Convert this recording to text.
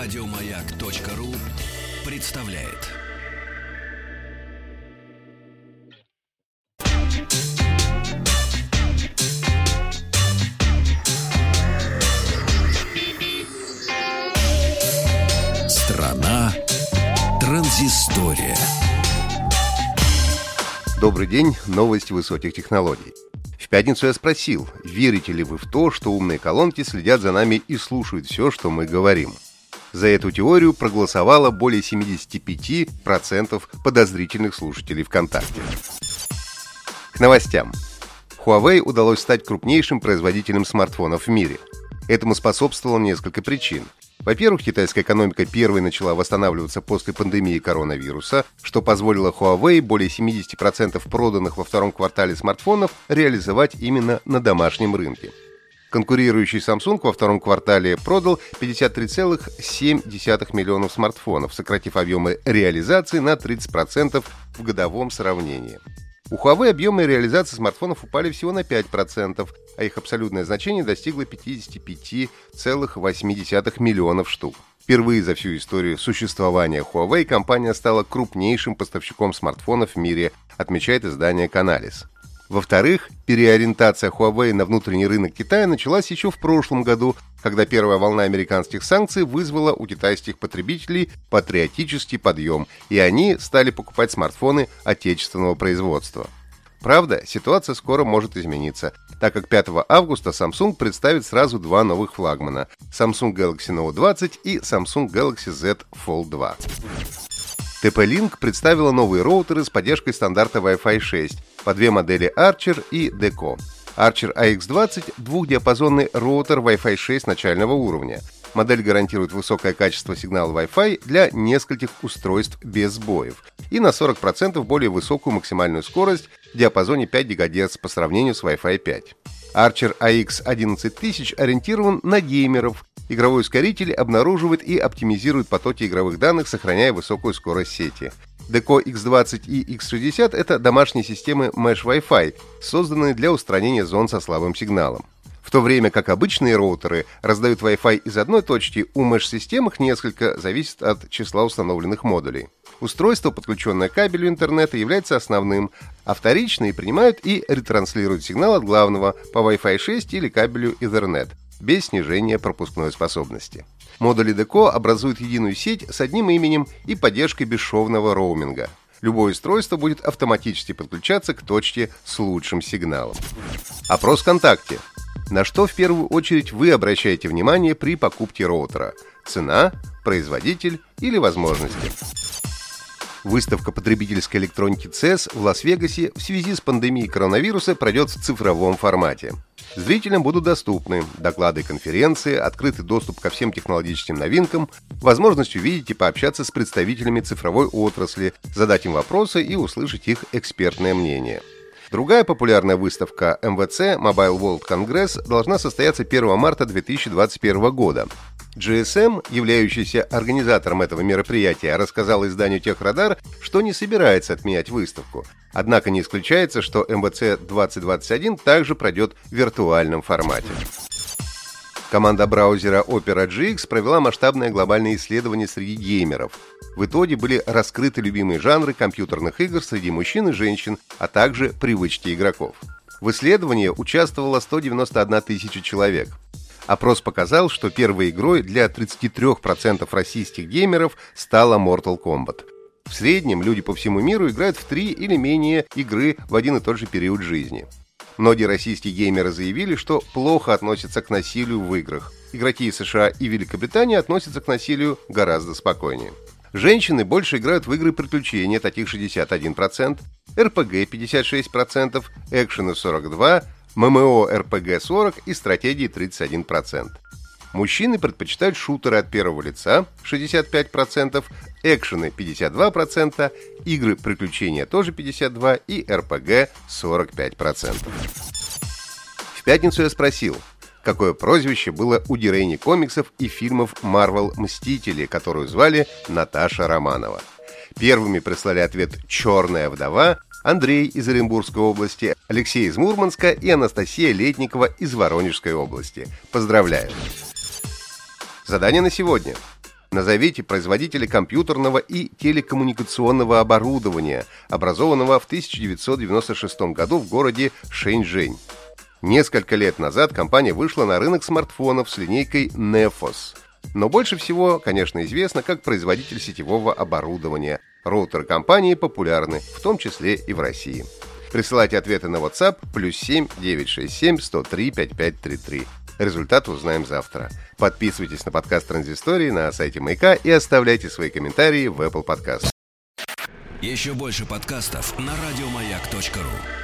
Радиомаяк.ру представляет. Страна транзистория. Добрый день, новости высоких технологий. В пятницу я спросил, верите ли вы в то, что умные колонки следят за нами и слушают все, что мы говорим. За эту теорию проголосовало более 75% подозрительных слушателей ВКонтакте. К новостям. Huawei удалось стать крупнейшим производителем смартфонов в мире. Этому способствовало несколько причин. Во-первых, китайская экономика первой начала восстанавливаться после пандемии коронавируса, что позволило Huawei более 70% проданных во втором квартале смартфонов реализовать именно на домашнем рынке. Конкурирующий Samsung во втором квартале продал 53,7 миллионов смартфонов, сократив объемы реализации на 30% в годовом сравнении. У Huawei объемы реализации смартфонов упали всего на 5%, а их абсолютное значение достигло 55,8 миллионов штук. Впервые за всю историю существования Huawei компания стала крупнейшим поставщиком смартфонов в мире, отмечает издание Canalys. Во-вторых, переориентация Huawei на внутренний рынок Китая началась еще в прошлом году, когда первая волна американских санкций вызвала у китайских потребителей патриотический подъем, и они стали покупать смартфоны отечественного производства. Правда, ситуация скоро может измениться, так как 5 августа Samsung представит сразу два новых флагмана – Samsung Galaxy Note 20 и Samsung Galaxy Z Fold 2. TP-Link представила новые роутеры с поддержкой стандарта Wi-Fi 6 по две модели Archer и Deco. Archer AX20 – двухдиапазонный роутер Wi-Fi 6 начального уровня. Модель гарантирует высокое качество сигнала Wi-Fi для нескольких устройств без сбоев и на 40% более высокую максимальную скорость в диапазоне 5 ГГц по сравнению с Wi-Fi 5. Archer AX11000 ориентирован на геймеров. Игровой ускоритель обнаруживает и оптимизирует потоки игровых данных, сохраняя высокую скорость сети. Deco X20 и X60 — это домашние системы Mesh Wi-Fi, созданные для устранения зон со слабым сигналом. В то время как обычные роутеры раздают Wi-Fi из одной точки, у Mesh-систем их несколько, зависит от числа установленных модулей. Устройство, подключенное к кабелю интернета, является основным, а вторичные принимают и ретранслируют сигнал от главного по Wi-Fi 6 или кабелю Ethernet, без снижения пропускной способности. Модули Deco образуют единую сеть с одним именем и поддержкой бесшовного роуминга. Любое устройство будет автоматически подключаться к точке с лучшим сигналом. Опрос ВКонтакте. На что в первую очередь вы обращаете внимание при покупке роутера? Цена, производитель или возможности? Выставка потребительской электроники CES в Лас-Вегасе в связи с пандемией коронавируса пройдет в цифровом формате. Зрителям будут доступны доклады и конференции, открытый доступ ко всем технологическим новинкам, возможность увидеть и пообщаться с представителями цифровой отрасли, задать им вопросы и услышать их экспертное мнение. Другая популярная выставка MWC Mobile World Congress должна состояться 1 марта 2021 года. GSM, являющийся организатором этого мероприятия, рассказал изданию Техрадар, что не собирается отменять выставку. Однако не исключается, что MWC 2021 также пройдет в виртуальном формате. Команда браузера Opera GX провела масштабное глобальное исследование среди геймеров. В итоге были раскрыты любимые жанры компьютерных игр среди мужчин и женщин, а также привычки игроков. В исследовании участвовало 191 тысяча человек. Опрос показал, что первой игрой для 33% российских геймеров стала Mortal Kombat. В среднем люди по всему миру играют в 3 или менее игры в один и тот же период жизни. Многие российские геймеры заявили, что плохо относятся к насилию в играх. Игроки из США и Великобритании относятся к насилию гораздо спокойнее. Женщины больше играют в игры приключения, таких 61%, RPG 56%, экшены 42%, ММО-РПГ 40% и стратегии 31%. Мужчины предпочитают шутеры от первого лица 65%, экшены 52%, игры приключения тоже 52% и РПГ 45%. В пятницу я спросил, какое прозвище было у героини комиксов и фильмов Marvel «Мстители», которую звали Наташа Романова. Первыми прислали ответ «Черная вдова», Андрей из Оренбургской области, Алексей из Мурманска и Анастасия Летникова из Воронежской области. Поздравляю! Задание на сегодня. Назовите производителя компьютерного и телекоммуникационного оборудования, образованного в 1996 году в городе Шэньчжэнь. Несколько лет назад компания вышла на рынок смартфонов с линейкой Nefos. Но больше всего, конечно, известно как производитель сетевого оборудования. Роутеры компании популярны, в том числе и в России. Присылайте ответы на WhatsApp +7 967 103 5533. Результат узнаем завтра. Подписывайтесь на подкаст Транзистории на сайте Маяка и оставляйте свои комментарии в Apple Podcast. Еще больше подкастов на радиомаяк.ру.